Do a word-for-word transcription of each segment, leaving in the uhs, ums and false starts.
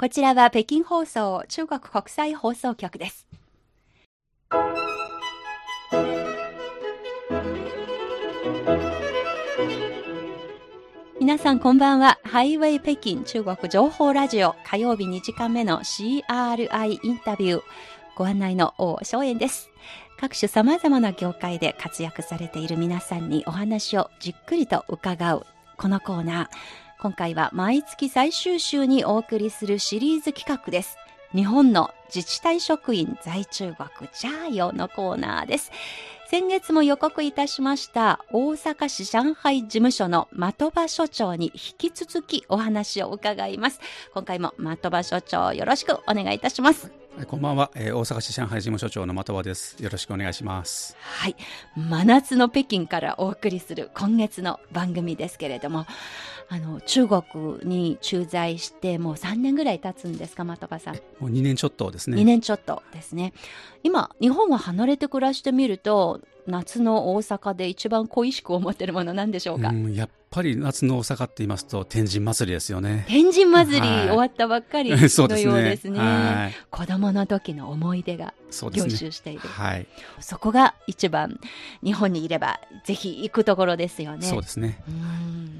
こちらは北京放送中国国際放送局です。皆さんこんばんは。ハイウェイ北京中国情報ラジオ火曜日にじかんめの シーアールアイ インタビューご案内の王正燕です。各種様々な業界で活躍されている皆さんにお話をじっくりと伺うこのコーナー、今回は毎月最終週にお送りするシリーズ企画です。日本の自治体職員在中国ジャーヨのコーナーです。先月も予告いたしました大阪市上海事務所の的場所長に引き続きお話を伺います。今回も的場所長よろしくお願いいたします。 こんばんは、えー、大阪市上海事務所長の的場です。よろしくお願いします。 はい、真夏の北京からお送りする今月の番組ですけれども、あの中国に駐在してもうさんねんぐらい経つんですか、的場さん。 もうにねんちょっとですね。 にねんちょっとですね。今日本を離れて暮らしてみると、夏の大阪で一番恋しく思っているもの何でしょうか。 うん、やっぱり夏の大阪って言いますと天神祭りですよね。 天神祭り、はい、終わったばっかりのようですね。 はい、 子供の時の思い出が凝集している。 そ, うですね、はい、 そこが一番日本にいればぜひ行くところですよね。 そうですね。 うん、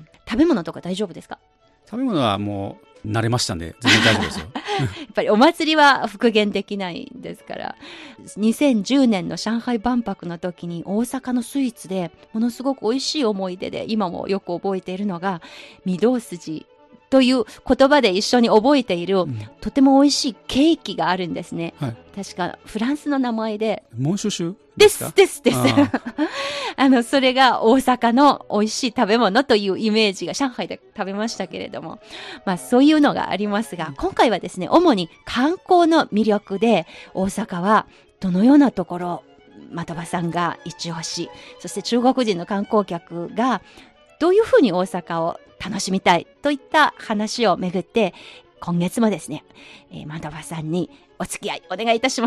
食べ物とか大丈夫ですか。 食べ物はもう慣れましたんで全然大丈夫ですよやっぱりお祭りは復元できないんですから。にせんじゅうねんの上海万博の時に大阪のスイーツでものすごく美味しい思い出で今もよく覚えているのが御堂筋という言葉で一緒に覚えている、うん、とても美味しいケーキがあるんですね、はい、確かフランスの名前でモンシュシュですですですあのそれが大阪の美味しい食べ物というイメージが上海で食べましたけれども、まあそういうのがありますが、今回はですね、主に観光の魅力で大阪はどのようなところ的場さんが一押し、そして中国人の観光客がどういうふうに大阪を楽しみたいといった話をめぐって今月もですね、えー、的場さんにお付き合いお願いいたします。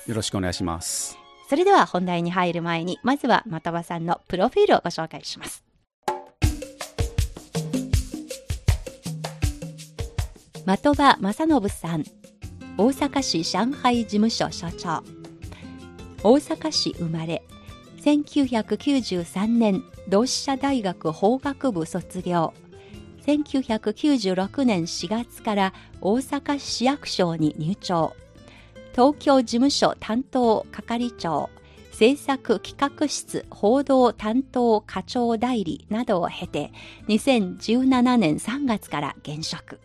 よろしくお願いします。 それでは本題に入る前にまずは的場さんのプロフィールをご紹介します。的場正信さん、大阪市上海事務所所長。大阪市生まれ、せんきゅうひゃくきゅうじゅうさんねん同志社大学法学部卒業。せんきゅうひゃくきゅうじゅうろくねんしがつから大阪市市役所に入庁。東京事務所担当係長、制作企画室報道担当課長代理などを経て、にせんじゅうななねんさんがつから現職。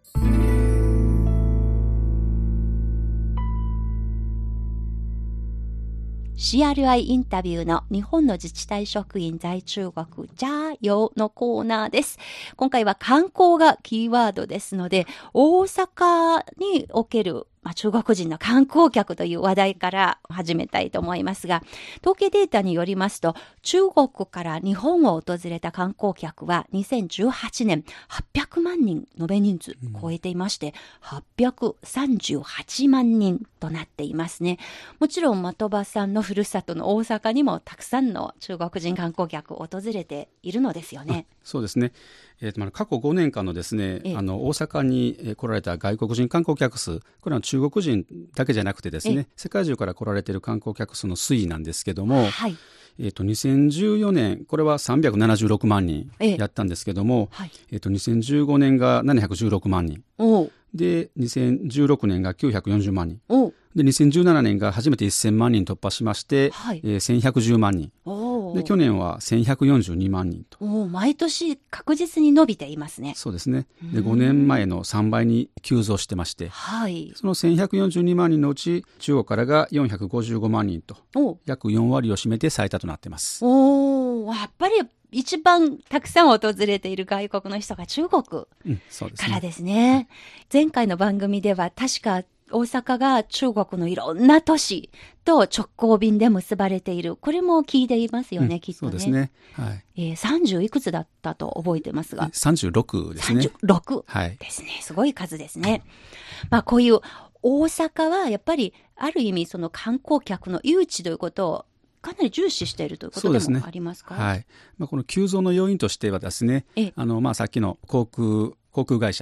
シーアールアイ インタビューの日本の自治体職員在中国ジャーヨのコーナーです。今回は観光がキーワードですので、大阪におけるまあ、中国人の観光客という話題から始めたいと思いますが、統計データによりますと、中国から日本を訪れた観光客はにせんじゅうはちねんはっぴゃくまんにん延べ人数超えていまして、うん、はっぴゃくさんじゅうはちまんにんとなっていますね。もちろん的場さんのふるさとの大阪にもたくさんの中国人観光客訪れているのですよね。 そうですね。えー、と過去ごねんかんのですね、あの大阪に来られた外国人観光客数、これは中国人だけじゃなくてですね、世界中から来られている観光客数の推移なんですけども、はい、えー、とにせんじゅうよねんこれはさんびゃくななじゅうろくまんにんやったんですけども、はい、えー、とにせんじゅうごねんがななひゃくじゅうろくまんにんで、にせんじゅうろくねんがきゅうひゃくよんじゅうまんにんで、にせんじゅうななねんが初めてせんまんにん突破しまして、はい、えー、せんひゃくじゅうまんにんで、去年はせんひゃくよんじゅうにまんにんと、 お毎年確実に伸びていますね。 そうですね。で、ごねんまえのさんばいに急増してまして、はい、そのせんひゃくよんじゅうにまんにんのうち中国からがよんひゃくごじゅうごまんにんと、約よんわりを占めて最多となっています。 おやっぱり一番たくさん訪れている外国の人が中国からですね。うん、前回の番組では確か大阪が中国のいろんな都市と直行便で結ばれている。これも聞いていますよね、うん、きっとね。 そうですね。はい。 えー、さんじゅういくつだったと覚えてますが。 さんじゅうろくですね。 さんじゅうろくですね。はい、すごい数ですね。まあこういう大阪はやっぱりある意味その観光客の誘致ということをかなり重視しているということでもありますか。 そうですね。はい。まあ、この急増の要因としてはですね、あのまあさっきの航空航空会社の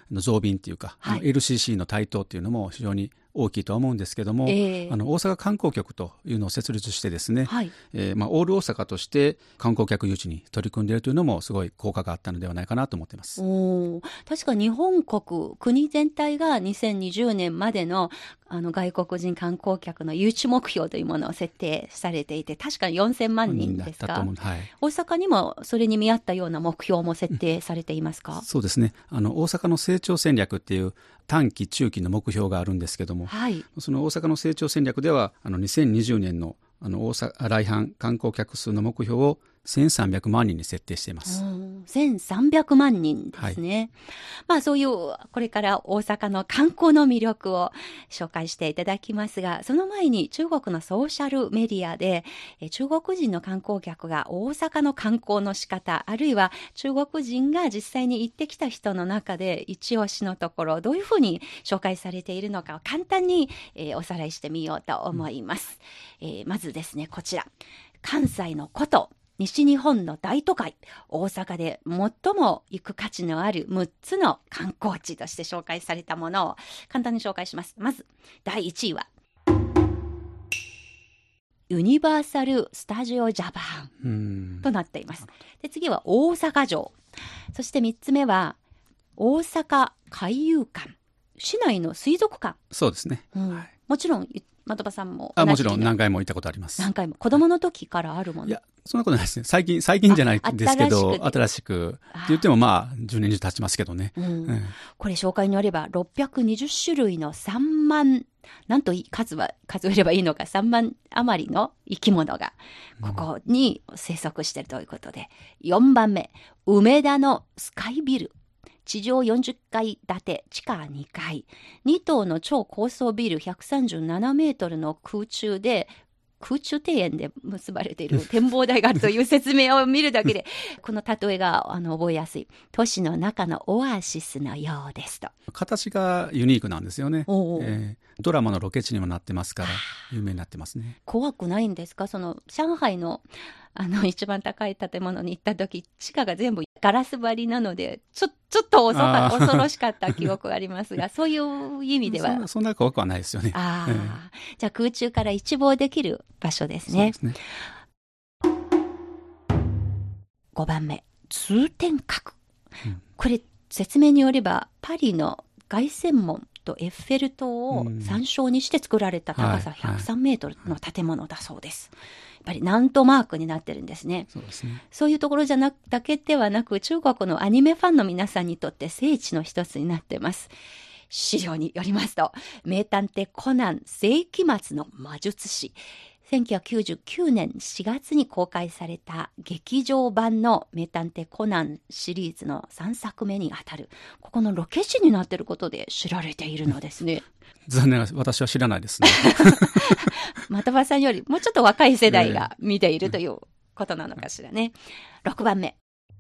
増便っていうか、はい、エルシーシー の台頭っていうのも非常に大きいとは思うんですけども、えー、あの大阪観光局というのを設立してですね、はい、えーまあ、オール大阪として観光客誘致に取り組んでいるというのもすごい効果があったのではないかなと思っています。 お確か日本国国全体がにせんにじゅうねんまでのあの外国人観光客の誘致目標というものを設定されていて、確かよんせんまんにんですか、はい、大阪にもそれに見合ったような目標も設定されていますか？ うん、そうですね、あの大阪の成長戦略っていう短期中期の目標があるんですけども、はい、その大阪の成長戦略ではあのにせんにじゅうねんのあの大阪来阪観光客数の目標をせんさんびゃくまんにんに設定しています。 せんさんびゃくまんにんですね。はい、まあそういうこれから大阪の観光の魅力を紹介していただきますが、その前に中国のソーシャルメディアで中国人の観光客が大阪の観光の仕方、あるいは中国人が実際に行ってきた人の中で一押しのところ、どういうふうに紹介されているのかを簡単に、えー、おさらいしてみようと思います。うん、えー、まずですね、こちら。関西の古都。西日本の大都会、大阪で最も行く価値のあるむっつの観光地として紹介されたものを簡単に紹介します。まず、だいいちいは、ユニバーサル・スタジオ・ジャパンとなっています。で、次は大阪城。そしてみっつめは、大阪海遊館。市内の水族館。 そうですね。 うんはい、もちろん、的場さんもあもちろん何回も行ったことあります。 何回も子供の時からあるもの。 いやそんなことないですね。最近最近じゃないんですけど、新しくって言ってもまあじゅうねん以上経ちますけどね。うんうん、 これ紹介によればろっぴゃくにじゅっしゅるいのさんまん、なんと数は数えればいいのかさんまん余りの生き物がここに生息しているということで、うん、よんばんめ梅田のスカイビル。地上よんじゅっかい建て、地下にかい、に棟の超高層ビルひゃくさんじゅうななメートルの空中で、空中庭園で結ばれている展望台があるという説明を見るだけで、この例えがあの覚えやすい。都市の中のオアシスのようですと。 形がユニークなんですよね。おうおう、えー、ドラマのロケ地にもなってますから有名になってますね。 怖くないんですか？その上海のあの一番高い建物に行った時、地下が全部ガラス張りなのでちょ、ちょっと恐か恐ろしかった記憶がありますがそういう意味ではそ, そんな怖くはないですよね。 あ、えー、じゃあ空中から一望できる場所ですね。そうですね。ごばんめ通天閣、うん、これ説明によればパリの凱旋門とエッフェル塔を参照にして作られた高さひゃくさんメートルの建物だそうです。やっぱりランドマークになってるんですね。そうですね。そういうところじゃなくだけではなく、中国のアニメファンの皆さんにとって聖地の一つになっています。資料によりますと、名探偵コナン世紀末の魔術師、せんきゅうひゃくきゅうじゅうきゅうねんしがつに公開された劇場版の名探偵コナンシリーズのさんさくめにあたる、ここのロケ地になっていることで知られているのですね。 残念ながら私は知らないですね。 的場さんよりもうちょっと若い世代が見ているということなのかしらね。ろくばんめ、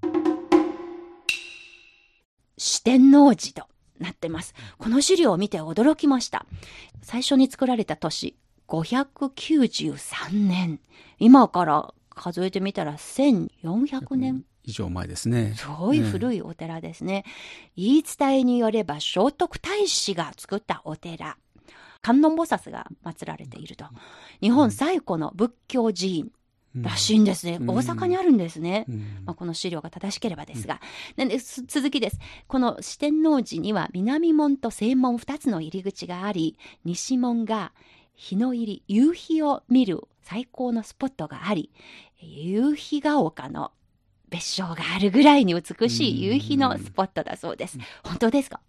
四天王寺となってます。この資料を見て驚きました。最初に作られた年ごひゃくきゅうじゅうさんねん、今から数えてみたらせんよんひゃくねん以上前ですね。 すごい古いお寺ですね。うん、言い伝えによれば聖徳太子が作ったお寺、観音菩薩が祀られていると、日本最古の仏教寺院らしいんですね。うん、大阪にあるんですね。うんまあ、この資料が正しければですが、うん、なんで続きです。この四天王寺には南門と西門ふたつの入り口があり、西門が日の入り、夕日を見る最高のスポットがあり、夕日が丘の別称があるぐらいに美しい夕日のスポットだそうです。本当ですか？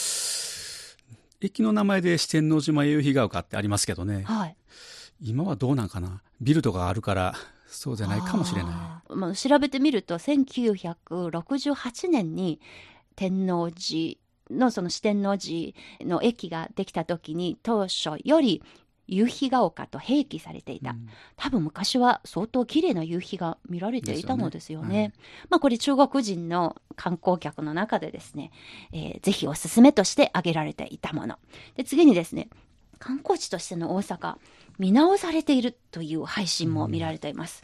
駅の名前で四天王寺夕日が丘ってありますけどね、はい、今はどうなんかな。ビルとかあるからそうじゃないかもしれない。 まあ、調べてみるとせんきゅうひゃくろくじゅうはちねんに天王寺のその四天王寺の駅ができた時に当初より夕日が丘と併記されていた、うん、多分昔は相当綺麗な夕日が見られていたのですよね。ですよね。はい、まあ、これ中国人の観光客の中でですね、えー、ぜひおすすめとして挙げられていたもので、次にですね、観光地としての大阪見直されているという配信も見られています。うん、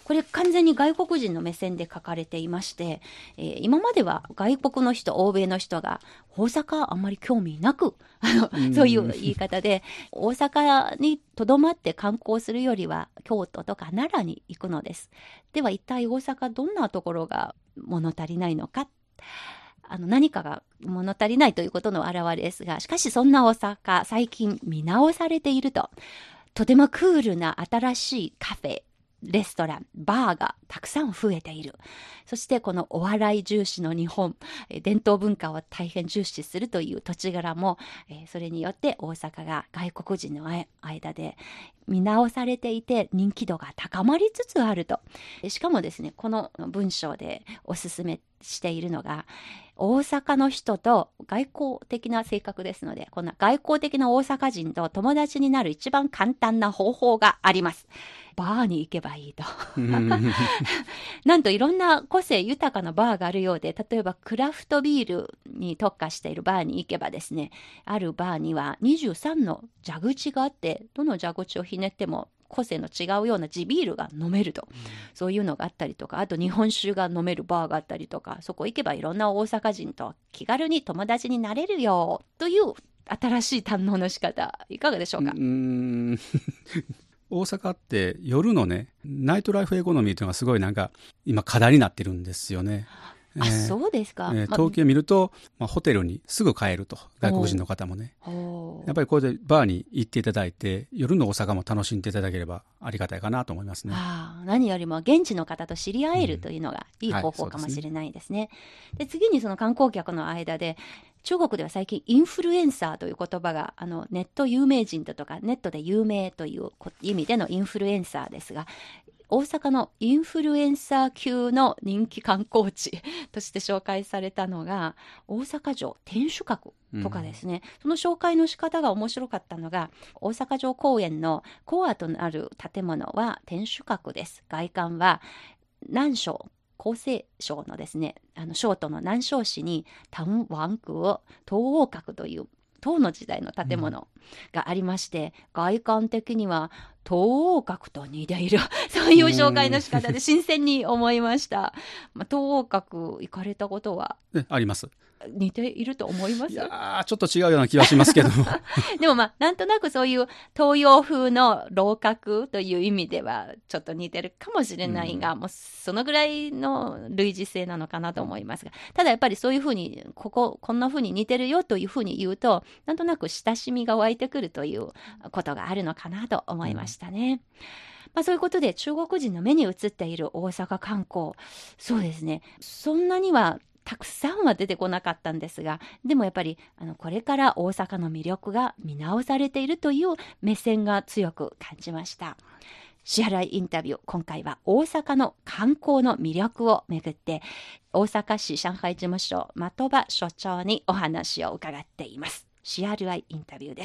これ完全に外国人の目線で書かれていまして、えー、今までは外国の人、欧米の人が大阪あんまり興味なく、あの、そういう言い方で、大阪にとどまって観光するよりは京都とか奈良に行くのです。では一体大阪どんなところが物足りないのか。あの何かが物足りないということの表れですが、しかしそんな大阪、最近見直されていると。とてもクールな新しいカフェ、レストラン、バーがたくさん増えている。そしてこのお笑い重視の日本、伝統文化を大変重視するという土地柄も、それによって大阪が外国人の間で見直されていて人気度が高まりつつあると。しかもですね、この文章でおすすめしているのが、大阪の人と外交的な性格ですので、こんな外交的な大阪人と友達になる一番簡単な方法があります。バーに行けばいいと。なんといろんな個性豊かなバーがあるようで、例えばクラフトビールに特化しているバーに行けばですね、あるバーにはにじゅうさんの蛇口があって、どの蛇口をひねっても個性の違うような地ビールが飲めると、うん、そういうのがあったりとか、あと日本酒が飲めるバーがあったりとか、そこ行けばいろんな大阪人と気軽に友達になれるよという新しい堪能の仕方、いかがでしょうか。 うーん大阪って夜のねナイトライフエコノミーというのがすごいなんか今課題になってるんですよね。 あ、えー、そうですか。 えー、統計見ると、まあ、ホテルにすぐ帰ると、外国人の方もね。やっぱりこれでバーに行っていただいて夜の大阪も楽しんでいただければありがたいかなと思いますね。 あ、何よりも現地の方と知り合えるというのがいい方法かもしれないですね。うん、はい、で次にその観光客の間で中国では最近インフルエンサーという言葉があのネット有名人だとかネットで有名という意味でのインフルエンサーですが、大阪のインフルエンサー級の人気観光地として紹介されたのが大阪城天守閣とかですね、うん、その紹介の仕方が面白かったのが、大阪城公園のコアとなる建物は天守閣です。外観は南昌厚生省のですね、あの省都の南昌市に唐王宮東王閣という唐の時代の建物がありまして、うん、外観的には東王閣と似ているそういう紹介の仕方で新鮮に思いました。まあ、東王閣行かれたことはあります。 似ていると思います。 いやちょっと違うような気がしますけどもでもまあなんとなくそういう東洋風の楼閣という意味ではちょっと似てるかもしれないが、うん、もうそのぐらいの類似性なのかなと思いますが、ただやっぱりそういうふうにこここんなふうに似てるよというふうに言うとなんとなく親しみが湧いてくるということがあるのかなと思いましたね。うん、まあ、そういうことで中国人の目に映っている大阪観光、そうですね、そんなにはたくさんは出てこなかったんですが、でもやっぱりあのこれから大阪の魅力が見直されているという目線が強く感じました。支払いインタビュー、今回は大阪の観光の魅力をめぐって大阪市上海事務所的場所長にお話を伺っています。 シーアールアイ インタビューです。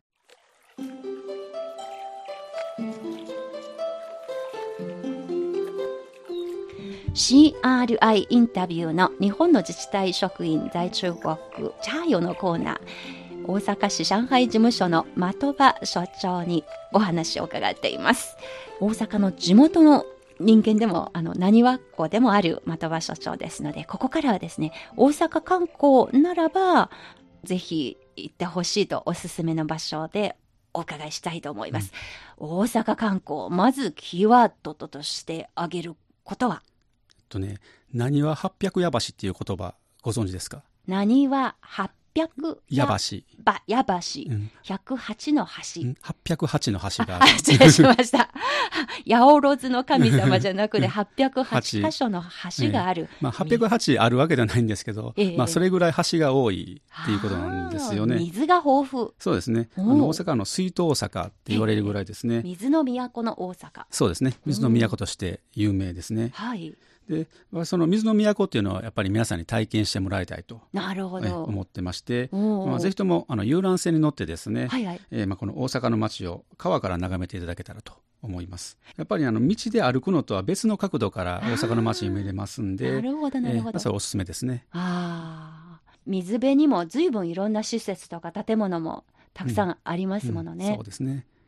シーアールアイ インタビューの日本の自治体職員在中国チャーヨのコーナー、大阪市上海事務所の的場所長にお話を伺っています。大阪の地元の人間でもあの浪速っ子でもある的場所長ですので、ここからはですね、大阪観光ならばぜひ行ってほしいとおすすめの場所でお伺いしたいと思います。うん、大阪観光、まずキーワードとして挙げることはとね、浪速八百矢橋っていう言葉ご存知ですか？ 浪速八百矢橋、 矢橋、うん、ひゃくはちの橋、 うん、はっぴゃくはちの橋がある。 失礼しました八百万の神様じゃなくてはっぴゃくはち箇所の橋がある、 えーまあ、はっぴゃくはちあるわけではないんですけど、えーまあ、それぐらい橋が多いっていうことなんですよね。 水が豊富。 そうですね、あの大阪の水都大阪って言われるぐらいですね、 えー、水の都の大阪。 そうですね、水の都として有名ですね。 はい。 でその水の都っていうのはやっぱり皆さんに体験してもらいたいとなるほど思ってまして、まあ、ぜひともあの遊覧船に乗ってですね、はいはい、えーまあ、この大阪の街を川から眺めていただけたらと思います。やっぱりあの道で歩くのとは別の角度から大阪の街に見れますんで、 なるほどなるほど、 えー、それおすすめですね。 あ、水辺にも随分いろんな施設とか建物もたくさんありますものね。 うんうん、そうですね。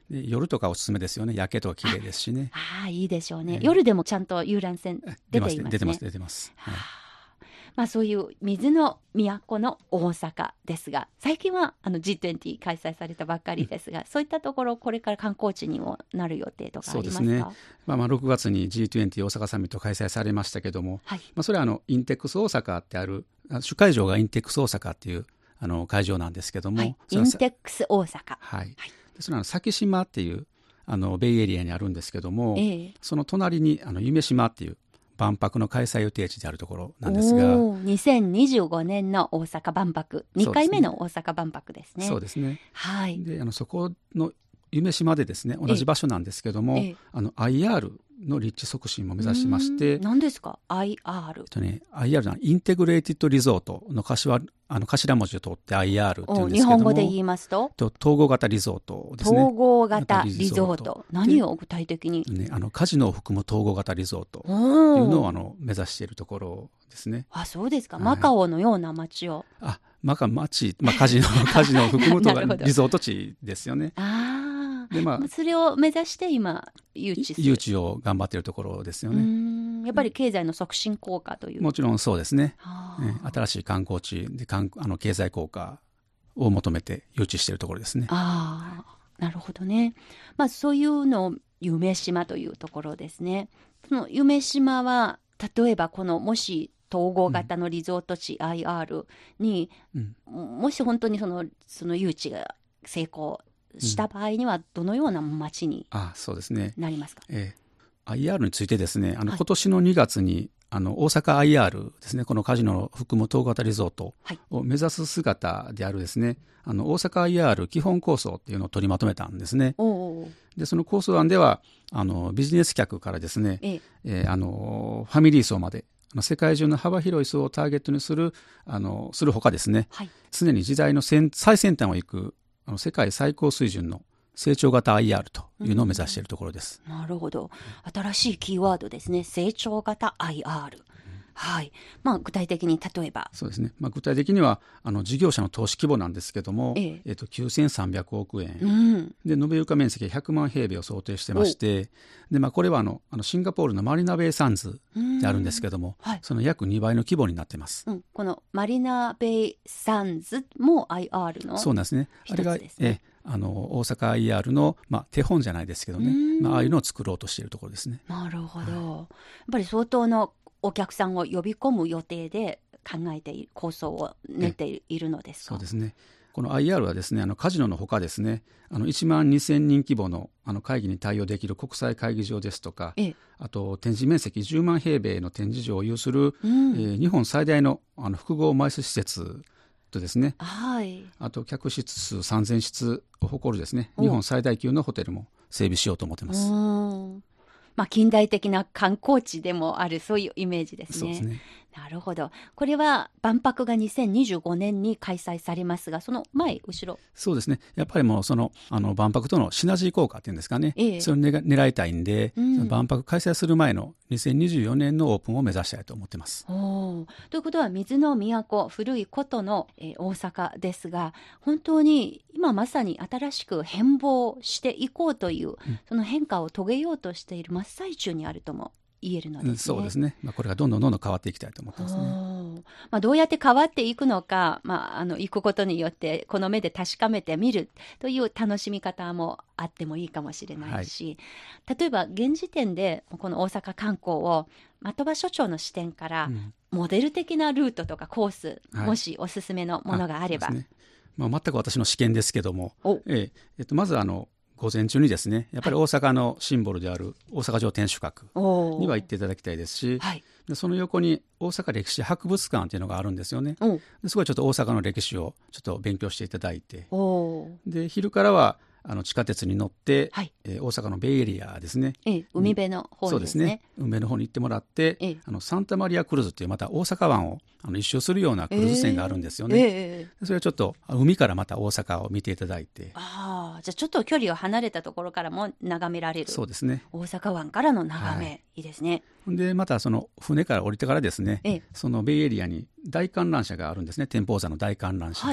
で夜とかおすすめですよね。夜景とか綺麗ですしね。 ああ、いいでしょうね、 えー、 夜でもちゃんと遊覧船出ていますね。 出てます出てます、はい。 まあ、そういう水の都の大阪ですが、最近はあの ジートゥエンティー 開催されたばっかりですが、うん、そういったところこれから観光地にもなる予定とかありますか？ そうですね、まあ、まあろくがつに ジートゥエンティー 大阪サミット開催されましたけども、はい、まあ、それはあのインテックス大阪ってある主会場がインテックス大阪っていうあの会場なんですけども、はい、 インテックス大阪、 はいはい、でそれは先島っていうあのベイエリアにあるんですけども、えー、その隣にあの夢島っていう万博の開催予定地であるところなんですが、 にせんにじゅうごねんの大阪万博、にかいめの大阪万博ですね。 そうですね、 はい、 であのそこの夢島でですね、同じ場所なんですけども、ええ、あの アイアール の立地促進も目指しまして、 何ですか アイアール？ とね、アイアール のインテグレーティッドリゾートの頭あの頭文字を取って アイアール っていうんですけども、 日本語で言いますとと統合型リゾートですね。 統合型リゾート、何を具体的に、 ね、あのカジノを含む統合型リゾートというのをあの目指しているところですね。 あ、そうですか、はい、マカオのような街を。 あ、マカ街、まあ、カジノカジノを含むとリゾート地ですよね。 あで、まあ、 それを目指して今誘致する誘致を頑張っているところですよね。 うーん、やっぱり経済の促進効果という。 もちろんそうですね、ね、新しい観光地であの経済効果を求めて誘致しているところですね。 ああ、なるほどね。まあ、そういうのを夢島というところですね。その夢島は例えばこのもし統合型のリゾート地 アイアール に、うん、もし本当にその、その誘致が成功した場合にはどのような街になりますか？ うん、あ、そうですね、 ええー、アイアール についてですね、あの、はい、今年のにがつにあの大阪 アイアール ですね、このカジノを含む統合型リゾートを目指す姿であるですね、あの大阪 アイアール 基本構想っていうのを取りまとめたんですね。 おうおう、 でその構想案ではあのビジネス客からですね、ええー、あのファミリー層まで世界中の幅広い層をターゲットにするあのするほかですね、はい、常に時代の最先端を行くあの世界最高水準の成長型 アイアール というのを目指しているところです。 うん、なるほど、新しいキーワードですね、成長型 アイアール、うん、はい、まあ、具体的に例えばそうですね、まあ、具体的にはあの事業者の投資規模なんですけども、えええー、ときゅうせんさんびゃくおくえん、うん、で延べ床面積ひゃくまん平米を想定してまして、で、まあ、これはあのあのシンガポールのマリナベイサンズであるんですけども、はい、その約にばいの規模になっています。 うん、このマリナベイサンズも アイアール のそうなんですね。あれがえあの大阪 アイアール の、まあ、手本じゃないですけどね、まあ、ああいうのを作ろうとしているところですね。 なるほど、はい、やっぱり相当のお客さんを呼び込む予定で考えている構想を練っているのですか？ そうですね。この アイアール はですね、あのカジノのほかですね、あのいちまんにせんにん規模の、あの会議に対応できる国際会議場ですとか、ええ、あと展示面積じゅうまん平米の展示場を有する、うん、えー、日本最大の、あの複合マイス施設とですね、 はい、 あと客室数さんぜんしつを誇るですね、日本最大級のホテルも整備しようと思っています。 まあ、近代的な観光地でもある、そういうイメージですね。 そうですね。 なるほど。これは万博がにせんにじゅうごねんに開催されますが、その前後ろ。 そうですね。やっぱりもうそのあの万博とのシナジー効果っていうんですかね、ええ、それを狙いたいんで、うん、その万博開催する前のにせんにじゅうよねんのオープンを目指したいと思ってます。 おということは水の都、古い古都の、えー、大阪ですが、本当に今まさに新しく変貌していこうという、うん、その変化を遂げようとしている真っ最中にあるとも言えるのですね。 そうですね、まあ、これがどんどんどんどん変わっていきたいと思ってますね。 まあ、どうやって変わっていくのか、まあ、あの行くことによってこの目で確かめてみるという楽しみ方もあってもいいかもしれないし、はい、例えば現時点でこの大阪観光を的場所長の視点から、モデル的なルートとかコース、うん、もしおすすめのものがあれば、 はい、まあ、全く私の試験ですけども、ええっと、まずあの午前中にですね、やっぱり大阪のシンボルである大阪城天守閣には行っていただきたいですし、はい、でその横に大阪歴史博物館というのがあるんですよね。ですごいちょっと大阪の歴史をちょっと勉強していただいて、で昼からはあの地下鉄に乗って、はい、えー、大阪のベイエリアですね、 ええ、海辺の方にですね、 そうですね、海辺の方に行ってもらって、ええ、あのサンタマリアクルーズっていうまた大阪湾をあの一周するようなクルーズ船があるんですよね。えー、それはちょっと海からまた大阪を見ていただいて、 あ、じゃあちょっと距離を離れたところからも眺められる。 そうですね、 大阪湾からの眺め、はい、いいですね。 でまたその船から降りてからですね、ええ、そのベイエリアに大観覧車があるんですね。天保座の大観覧車、はい、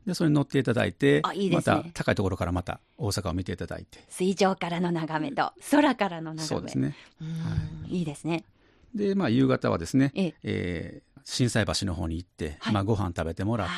でそれに乗っていただいて、 あ、いいですね、 また高いところからまた大阪を見ていただいて、 水上からの眺めと空からの眺め、 そうですね、 うん、はい、いいですね。 で、まあ、夕方はですね、 ええー、心斎橋の方に行って、 はい、 まあ、ご飯食べてもらって、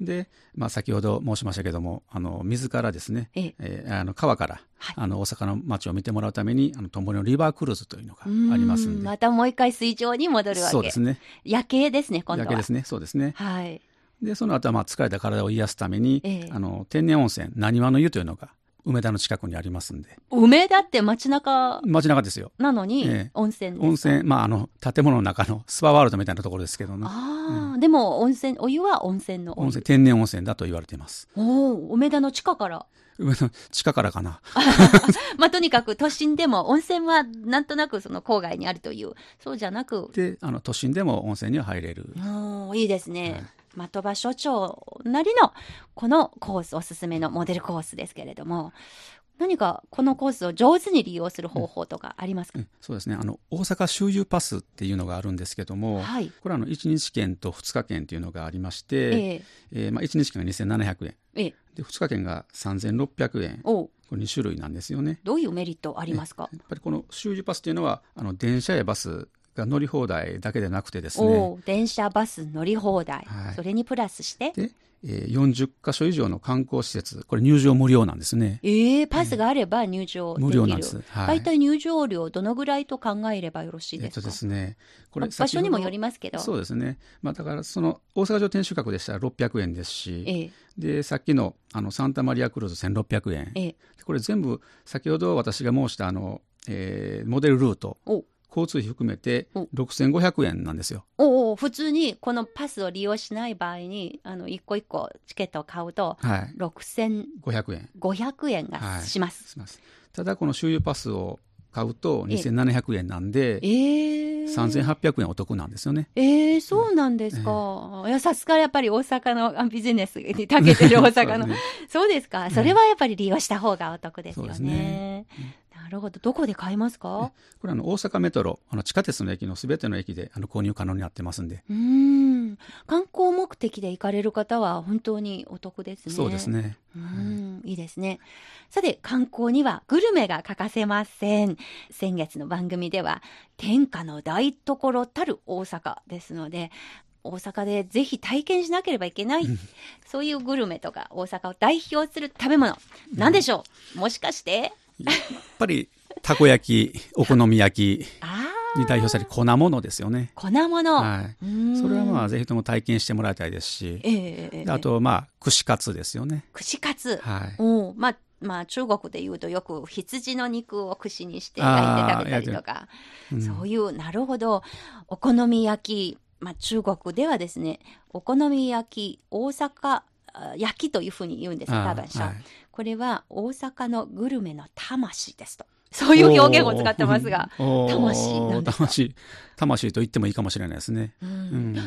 で、まあ、先ほど申しましたけども、あの水からですね、ええー、あの川から、はい、あの大阪の街を見てもらうためにあのともりのリバークルーズというのがありますんで、 またもう一回水上に戻るわけ。 そうですね、 夜景ですね、今度は。 夜景ですね、そうですね、 はい、 でその後はまあ疲れた体を癒すために、 ええ、 あの天然温泉なにわの湯というのが梅田の近くにありますんで。 梅田って街中街中ですよ。 なのに、ええ、温泉ですか？ 温泉、まあ、あの建物の中のスパワールドみたいなところですけどね。 あ、うん、でも温泉、お湯は温泉のお湯、 温泉、天然温泉だと言われています。 おお、梅田の地下から。 梅田の地下からかな。 まあとにかく都心でも温泉はなんとなくその郊外にあるという、そうじゃなくで、あの都心でも温泉には入れる。 お、いいですね、はい、的場所長なりのこのコース、おすすめのモデルコースですけれども、何かこのコースを上手に利用する方法とかありますか？ うん、そうですね、あの大阪周遊パスっていうのがあるんですけども、はい、これはあのいちにち券とふつか券というのがありまして、えーえーまあ、いちにち券がにせんななひゃくえん、えー、でふつか券がさんぜんろっぴゃくえん、これに種類なんですよね。 どういうメリットありますか？ やっぱりこの周遊パスというのはあの電車やバスが乗り放題だけでなくてですね、 お、電車バス乗り放題、はい、それにプラスしてでえー、よんじゅっかしょ以上の観光施設、これ入場無料なんですね。 えー、パスがあれば入場できる、えー、無料なんです。はい、大体入場料どのぐらいと考えればよろしいですか？ えっとですね、これ場所にもよりますけど。 そうですね、まあ、だからその大阪城天守閣でしたらろっぴゃくえんですし、えー、でさっき の, あのサンタマリアクルーズせんろっぴゃくえん、えー、これ全部先ほど私が申したあの、えー、モデルルート、交通費含めてろくせんごひゃくえんなんですよ。 おお、普通にこのパスを利用しない場合にあの一個一個チケットを買うとろくせんごひゃくえん、ごひゃくえんがします、はい、 します。ただこの周遊パスを買うとにせんななひゃくえんなんで、えー、さんぜんはっぴゃくえんお得なんですよね。 えー、そうなんですか、うん、いや、さすがやっぱり大阪のビジネスに長けてる大阪のそうですね、そうですか、それはやっぱり利用した方がお得ですよね。そうですね、なるほど。どこで買えますか？ これあの大阪メトロ、あの地下鉄の駅のすべての駅であの購入可能になってますんで。 うーん、観光目的で行かれる方は本当にお得ですね。 そうですね、 うん、いいですね。さて、観光にはグルメが欠かせません。先月の番組では天下の台所たる大阪ですので、大阪でぜひ体験しなければいけない、うん、そういうグルメとか大阪を代表する食べ物、何でしょう、うん、もしかしてやっぱりたこ焼き、お好み焼きに代表される粉物ですよね。 粉物、 はい、それはまあぜひとも体験してもらいたいですし、えー、あとまあ串カツですよね。 串カツ、 はい、 お、まあまあ、中国でいうとよく羊の肉を串にして焼いて食べたりとか、うん、そういう、なるほど、お好み焼き、まあ、中国ではですね、お好み焼き大阪焼きというふうに言うんですよ、多分、はい、これは大阪のグルメの魂ですと、そういう表現を使ってますが、魂なんですか？ 魂、魂と言ってもいいかもしれないですね、うんうん、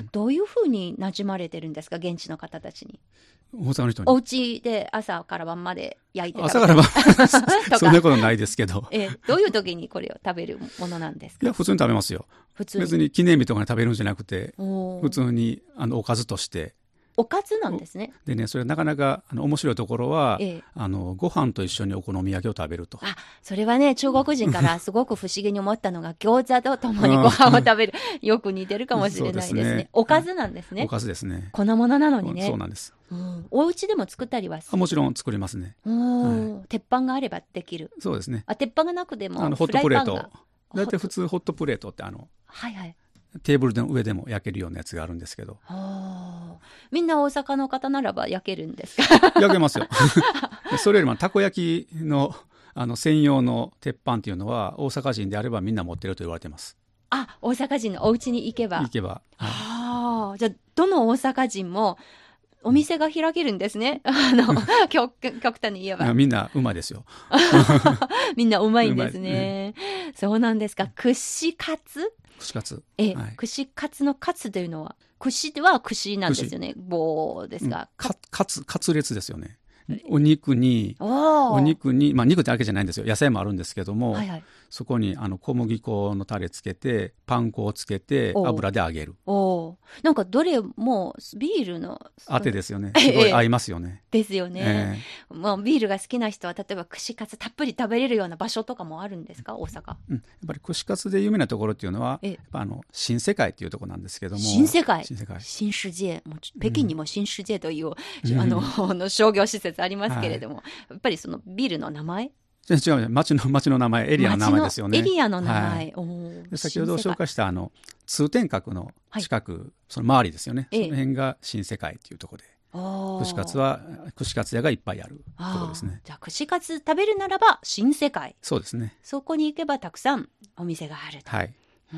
どういうふうに馴染まれてるんですか、現地の方たちに。 大阪の人にお家で朝から晩まで焼いて食べる朝から晩そんなことないですけど、 えどういう時にこれを食べるものなんですか？ いや、普通に食べますよ。普通に別に記念日とかに食べるんじゃなくて、普通にあのおかずとして。 おかずなんですね。 でね、それなかなかあの面白いところは、ええ、あのご飯と一緒にお好み焼きを食べると。 あ、それはね、中国人からすごく不思議に思ったのが餃子とともにご飯を食べるよく似てるかもしれないですね。ですね、おかずなんですね。 おかずですね。 粉物なのにね。 そうなんです。 うん、お家でも作ったりはする？ あ、もちろん作りますね。 はい、鉄板があればできる。 そうですね。 あ、鉄板がなくてもあのホットプレート、だいたい普通ホットプレートってあの、 はいはい、 テーブルの上でも焼けるようなやつがあるんですけど、 はあ、みんな大阪の方ならば焼けるんですか？ 焼けますよそれよりもたこ焼き の, あの専用の鉄板っていうのは大阪人であればみんな持ってると言われてます。 あ、大阪人のお家に行けば行けば、 はい、はあ、じゃあどの大阪人もお店が開けるんですね。あの 極, 極端に言えばみんなうまいですよみんなうまいんですね。そうなんですか。串カツ、 串カツ、 え、はい、串カツのカツというのは、串では串なんですよね。棒ですが、 うん、カツカツレツですよね。 お肉に、 おお肉に、まあ肉だけじゃないんですよ。野菜もあるんですけども、 はいはい、 そこにあの小麦粉のタレつけて、パン粉をつけて、油で揚げる。 おなんかどれもビールの当てですよね。すごい合いますよね。 ですよね。 えー、 もうビールが好きな人は、例えば串カツたっぷり食べれるような場所とかもあるんですか、大阪。 うん、やっぱり串カツで有名なところっていうのは、 えやっぱあの新世界っていうところなんですけども。 新世界新世界。 新世界。もう北京にも新世界という、 うん、 あの、の商業施設ありますけれども、はい、やっぱりそのビールの名前違う、町の、町の名前、エリアの名前ですよね。 エリアの名前。はい、 お先ほど紹介したあの通天閣の近く、はい、その周りですよね。その辺が新世界っていうところで。串カツは串カツ屋がいっぱいあるところですね。 じゃあ串カツ食べるならば新世界。 そうですね。 そこに行けばたくさんお店があると。 はい。 うん、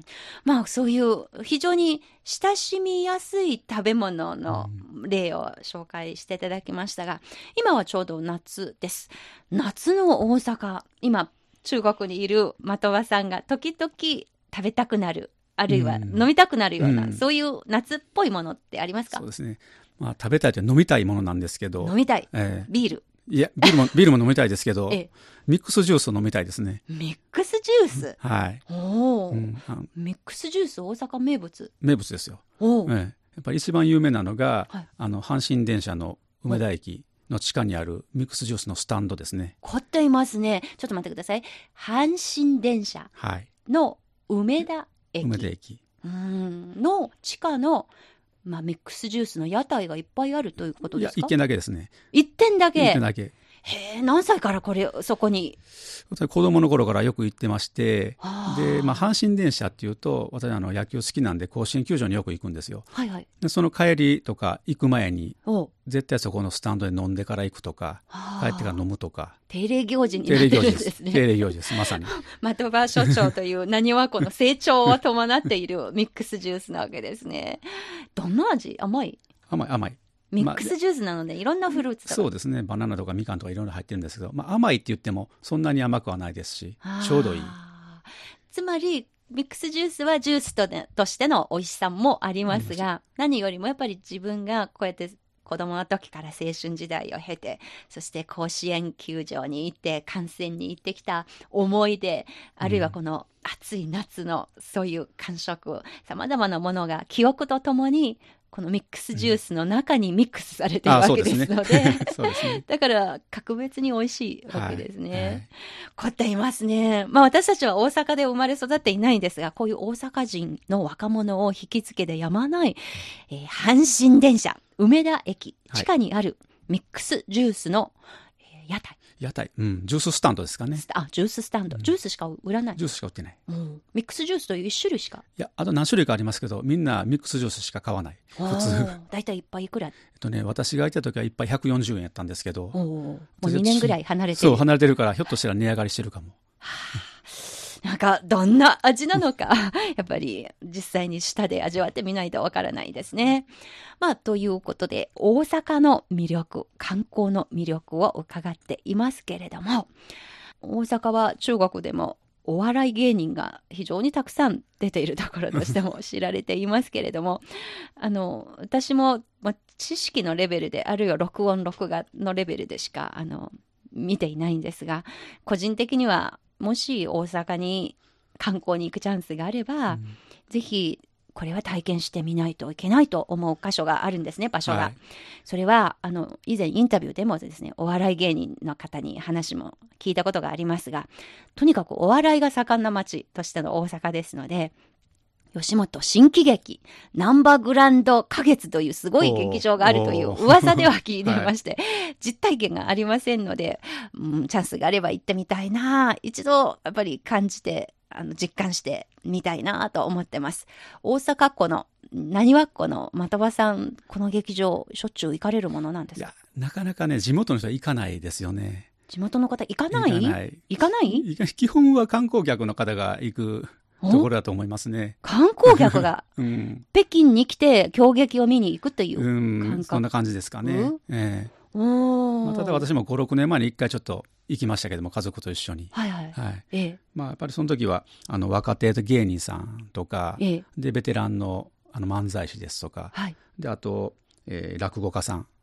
まあそういう非常に親しみやすい食べ物の例を紹介していただきましたが、今はちょうど夏です。夏の大阪、今中国にいる的場さんが時々食べたくなる、あるいは飲みたくなるような、うん、そういう夏っぽいものってありますか？ そうですね、まあ、食べたいという飲みたいものなんですけど、 飲みたい、 えー、 ビール、 いやビールもビールも飲みたいですけど、 ええ、 ミックスジュースを飲みたいですね。 ミックスジュース、 はい、 お、 うん、 ミックスジュース大阪名物名物ですよ。 お、 ええ、やっぱり一番有名なのが、 はい、 あの阪神電車の梅田駅の地下にあるミックスジュースのスタンドですね。 凝っていますね。ちょっと待ってください。阪神電車の梅田駅、 はい、梅田駅うんの地下の、まあ、ミックスジュースの屋台がいっぱいあるということですか？ いや、一軒だけですね。 一点だけ。 一軒だけ。 へえ、何歳からこれそこに？ 子供の頃からよく行ってまして、で、まあ、阪神電車っていうと、私あの野球好きなんで甲子園球場によく行くんですよ。 はいはい。 でその帰りとか行く前に絶対そこのスタンドで飲んでから行くとか、帰ってから飲むとか。 定例行事になってるんですね。 定例行事です、まさに。 的場所長という何はこの成長を伴っているミックスジュースなわけですね。どんな味？甘い？ 甘い甘い。 ミックスジュースなのでいろんなフルーツとか、 そうですね、バナナとかみかんとかいろいろ入ってるんですけど、まあ、甘いって言ってもそんなに甘くはないですし、ちょうどいい。 つまりミックスジュースはジュース と, としての美味しさもありますが、何よりもやっぱり自分がこうやって子供の時から青春時代を経て、そして甲子園球場に行って観戦に行ってきた思い出、あるいはこの暑い夏のそういう感触、さまざまなものが記憶とともにこのミックスジュースの中にミックスされているわけですので、だから格別に美味しいわけですね。はいはい、凝っていますね。まあ私たちは大阪で生まれ育っていないんですが、こういう大阪人の若者を引きつけてやまない、えー、阪神電車梅田駅地下にあるミックスジュースの、えー、屋台。 屋台、うん、ジューススタンドですかね。 あ、ジューススタンド、うん、ジュースしか売らない。 ジュースしか売ってない。 うん、ミックスジュースという一種類しか。 いや、あと何種類かありますけど、みんなミックスジュースしか買わない。普通。 だいたい一杯いくら？えっとね、私がいた時は一杯ひゃくよんじゅうえんやったんですけど、 もうにねんぐらい離れてる。 そう、離れてるから、ひょっとしたら値上がりしてるかも。 はあ、なんかどんな味なのかやっぱり実際に舌で味わってみないとわからないですね。まあということで大阪の魅力、観光の魅力を伺っていますけれども、大阪は中国でもお笑い芸人が非常にたくさん出ているところとしても知られていますけれどもあの私も、まあ、知識のレベルで、あるいは録音録画のレベルでしかあの見ていないんですが、個人的にはもし大阪に観光に行くチャンスがあれば、うん、ぜひこれは体験してみないといけないと思う箇所があるんですね、場所が。はい、それはあの以前インタビューでもですね、お笑い芸人の方に話も聞いたことがありますが、とにかくお笑いが盛んな街としての大阪ですので、吉本新喜劇ナンバーグランド花月というすごい劇場があるという噂では聞いていまして、はい、実体験がありませんので、うん、チャンスがあれば行ってみたいな、一度やっぱり感じてあの実感してみたいなと思ってます。大阪っ子の浪速っ子の的場さん、この劇場しょっちゅう行かれるものなんですか？ いや、なかなかね、地元の人は行かないですよね。 地元の方行かない？行かない。行かない？ 基本は観光客の方が行くところだと思いますね。 観光客が、 うん、 北京に来て狂劇を見に行くという感覚、 うん、そんな感じですかね。うん、えーおまあ、ただ私もご、ろくねんまえにいっかいちょっと行きましたけども、家族と一緒に。 はいはいはいええまあ、やっぱりその時はあの若手芸人さんとか、 ええ、 でベテランの、あの漫才師ですとか、 はい、 であと、えー、落語家さん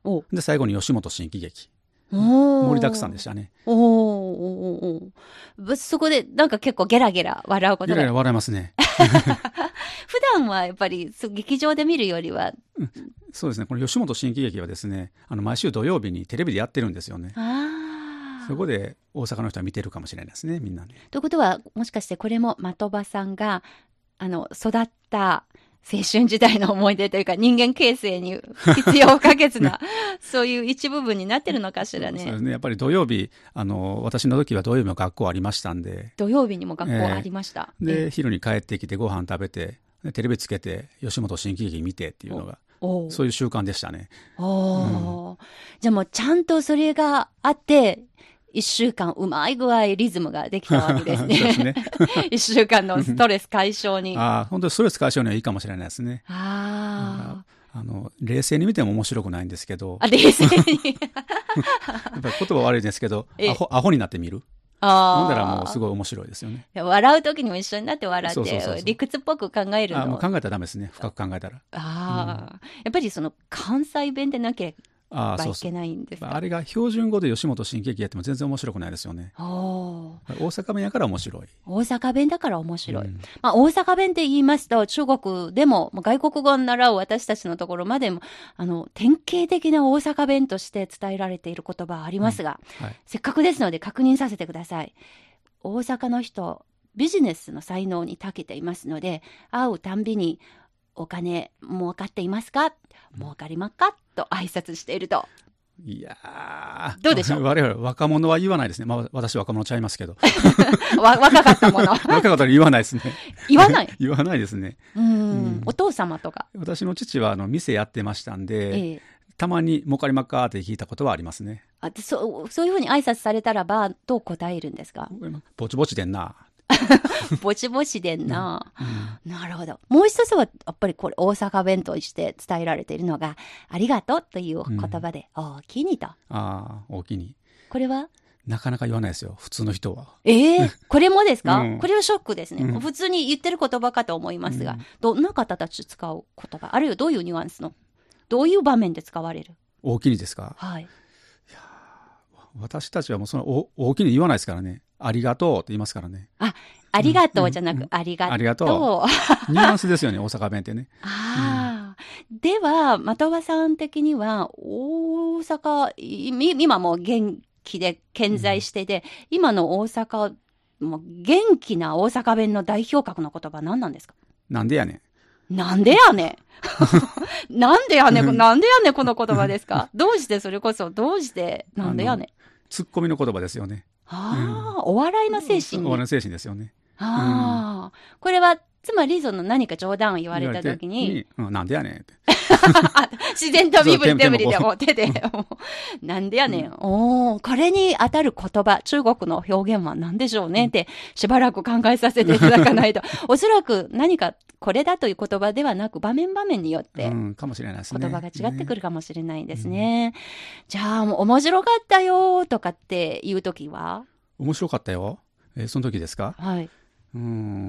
で最後に吉本新喜劇。盛りだくさんでしたね。 おーおーおー、そこでなんか結構ゲラゲラ笑うことが。 ゲラゲラ笑いますね。 普段はやっぱり劇場で見るよりは、 うん、そうですね。この吉本新喜劇はですね、あの毎週土曜日にテレビでやってるんですよね。 あ、 そこで大阪の人は見てるかもしれないですね、みんなね。 ということはもしかしてこれも的場さんがあの育った青春時代の思い出というか人間形成に必要不可欠なそういう一部分になってるのかしらね。 そうですね。やっぱり土曜日、あの私の時は土曜日も学校ありましたんで。 土曜日にも学校ありました。 えー、で、えー、昼に帰ってきてご飯食べてテレビつけて吉本新喜劇見てっていうのがそういう習慣でしたね。 お、うん、じゃあもうちゃんとそれがあって一週間うまい具合リズムができたわけですね。そうですね。一週間のストレス解消に。 ああ、本当にストレス解消にはいいかもしれないですね。 ああ、あの冷静に見ても面白くないんですけど。 あ、冷静に。やっぱり言葉悪いですけど、アホ、アホになってみる。 ああ。 ほんだらもうすごい面白いですよね。 笑う時にも一緒になって笑って、そうそうそうそう、理屈っぽく考えるの。 あ、もう考えたらダメですね。深く考えたら。 ああ、うん、やっぱりその関西弁でなきゃああ、 いけないんですか。 あれが標準語で吉本新喜劇やっても全然面白くないですよね。大阪弁やから面白い。 大阪弁だから面白い。うん、まあ、大阪弁って言いますと中国でも外国語を習う私たちのところまでもあの典型的な大阪弁として伝えられている言葉ありますが、うん、はい、せっかくですので確認させてください。大阪の人ビジネスの才能に長けていますので会うたんびにお金儲かっていますか、儲かりますかと挨拶していると。 いやー、 どうでしょう。 我々若者は言わないですね。まあ私若者ちゃいますけど。 わ若かったもの。 若かったら言わないですね。 言わない。 言わないですね。 うん、うん、お父様とか。 私の父はあの店やってましたんで、ええ、たまに儲かりまっかって聞いたことはありますね。 あ、そ、そういうふうに挨拶されたらばどう答えるんですか。 ぼちぼちでんな。 ぼちぼちでんな、 うん、 なるほど。もう一つはやっぱりこれ大阪弁として伝えられているのがありがとうという言葉で、うん、おおきにと。 ああ、おおきに。 これはなかなか言わないですよ、普通の人は。 ええー、これもですか、うん、これはショックですね、 うん、 普通に言ってる言葉かと思いますが、うん、どんな方たち使う言葉、あるいはどういうニュアンスのどういう場面で使われる。 おおきにですか。 はい。いや私たちはもうそのおおおきに言わないですからね。ありがとうって言いますからね。 あ、ありがとうじゃなく、うんうん、ありがとう。 ありがとう。ニュアンスですよね、大阪弁ってね。 ああ、うん、では的場さん的には大阪今もう元気で健在してで、うん、今の大阪もう元気な大阪弁の代表格の言葉は何なんですか。 なんでやねん。なんでやねん。なんでやねん。なんでやねんこの言葉ですか。どうしてそれこそどうしてなんでやねん。 ツッコミの言葉ですよね。 ああ、うん、お笑いの精神。 お笑いの精神ですよね。 ああ、うん、これはつまりその何か冗談を言われた時に、 うん、なんでやねんって自然と身振り手振りでもう手でなんでやねん、うん、おー、これに当たる言葉、中国の表現は何でしょうねってしばらく考えさせていただかないとおそらく何かこれだという言葉ではなく場面場面によって言葉が違ってくるかもしれないんですね、うん、じゃあもう面白かったよとかっていう時は。 面白かったよ、えー、その時ですか。 はい。 うん、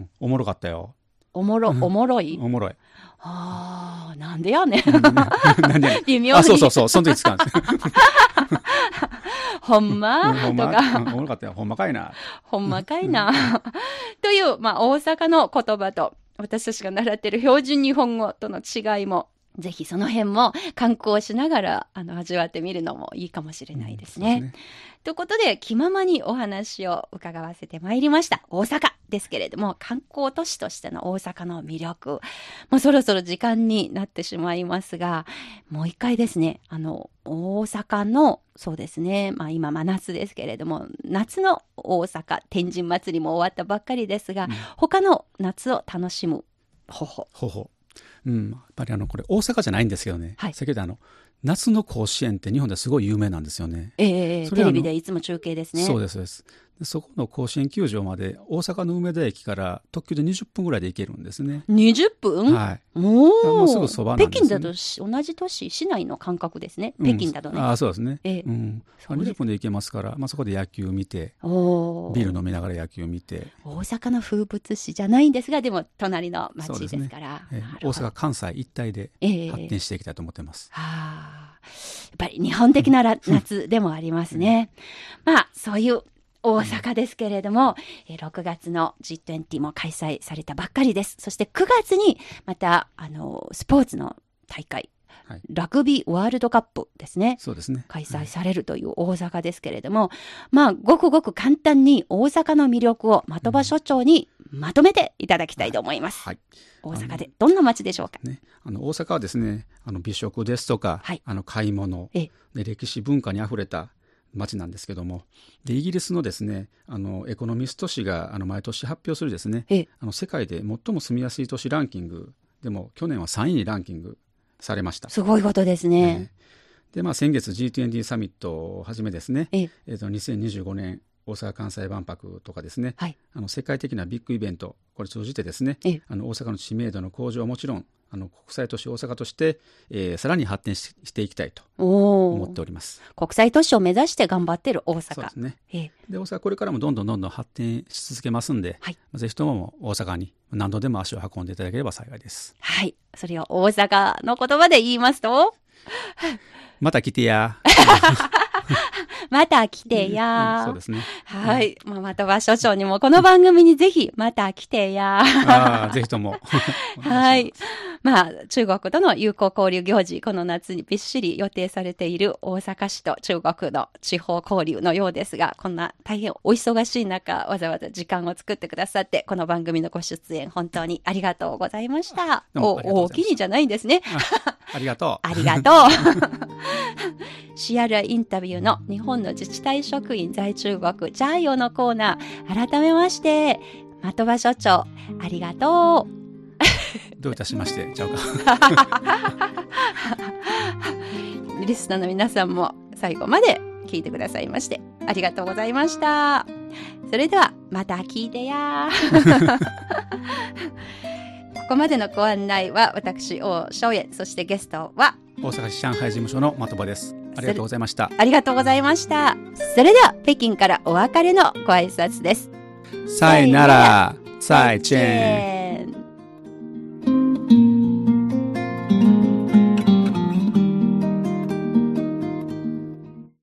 おもろかったよ。 おもろ、おもろい。 おもろい。 ああ、なんでやねん。 なんでやねん。 微妙に。 あ、そうそうそう、その時使うんです。 ほんま、 うん、 とか、 うん。おもろかったよ。ほんまかいな。 ほんまかいな。という、まあ、大阪の言葉と、私たちが習っている標準日本語との違いも、ぜひその辺も観光しながらあの味わってみるのもいいかもしれないですね。うん、そうですね。ということで気ままにお話を伺わせてまいりました。大阪ですけれども観光都市としての大阪の魅力、もうそろそろ時間になってしまいますが、もう一回ですね、あの大阪のそうですね、まあ今真夏ですけれども夏の大阪天神祭りも終わったばっかりですが、うん、他の夏を楽しむ方法。 方法。うん、やっぱりあのこれ大阪じゃないんですけどね、 はい、 先ほどあの夏の甲子園って日本ですごい有名なんですよね。 えー、テレビでいつも中継ですね。 そうですそうです。 そこの甲子園球場まで大阪の梅田駅から特急でにじゅっぷんぐらいで行けるんですね。 にじゅっぷん？ はい。 おもうすぐそばなんですね。 北京だとし同じ都市、市内の感覚ですね。北京だとね。 うん、あそうですね。 ええ、 うん、にじゅっぷんで行けますから、まあ、そこで野球見て、 おビール飲みながら野球見て。 大阪の風物詩じゃないんですが、でも隣の町ですから。 ね、ええ、大阪関西一帯で発展していきたいと思ってます。 ええ、はあ、やっぱり日本的な夏でもありますね。まあそういう大阪ですけれども、うん、ろくがつの ジートゥエンティー も開催されたばっかりです。そしてくがつにまたあのスポーツの大会、はい、ラグビーワールドカップですね。 そうですね。 開催されるという大阪ですけれども、はい、まあごくごく簡単に大阪の魅力を的場所長にまとめていただきたいと思います。はいはい、大阪でどんな街でしょうか。 ね、あの大阪はですね、あの美食ですとか、はい、あの買い物で歴史文化にあふれた街なんですけども、でイギリスのですね、あのエコノミスト誌があの毎年発表するですね、あの世界で最も住みやすい都市ランキングでも去年はさんいにランキングされました。 すごいことですね。 えー、でまあ、先月 ジートゥエンティー サミットをはじめですね、ええー、とにせんにじゅうごねん大阪・関西万博とかですね、はい、あの世界的なビッグイベント、これ通じてですね、ええ、あの大阪の知名度の向上はもちろん、あの国際都市大阪として、えー、さらに発展 し, していきたいと思っております。 国際都市を目指して頑張っている大阪。 そうですね。 ええ、 で大阪これからもどんどんどんどん発展し続けますんで、はい、ぜひとも大阪に何度でも足を運んでいただければ幸いです。 はい、それを大阪の言葉で言いますとまた来てやまた来てや、 うんうん、そうですね。 はい、うん、まあ、的場所長にもこの番組にぜひまた来てやあぜひともはい、まあ中国との友好交流行事、この夏にびっしり予定されている大阪市と中国の地方交流のようですが、こんな大変お忙しい中わざわざ時間を作ってくださって、この番組のご出演本当にありがとうございました。お大きにじゃないんですね。 ありがとう。 ありがとう。シーアールアイ インタビューの日本の自治体職員在中国ジャイオのコーナー、改めまして的場所長ありがとう。 どういたしましてちゃうかリスナーの皆さんも最後まで聞いてくださいましてありがとうございました。それではまた聞いてやここまでのご案内は私王正円、そしてゲストは大阪市上海事務所の的場です。ありがとうございました。 ありがとうございました。それでは北京からお別れのご挨拶です。 さよなら、再见。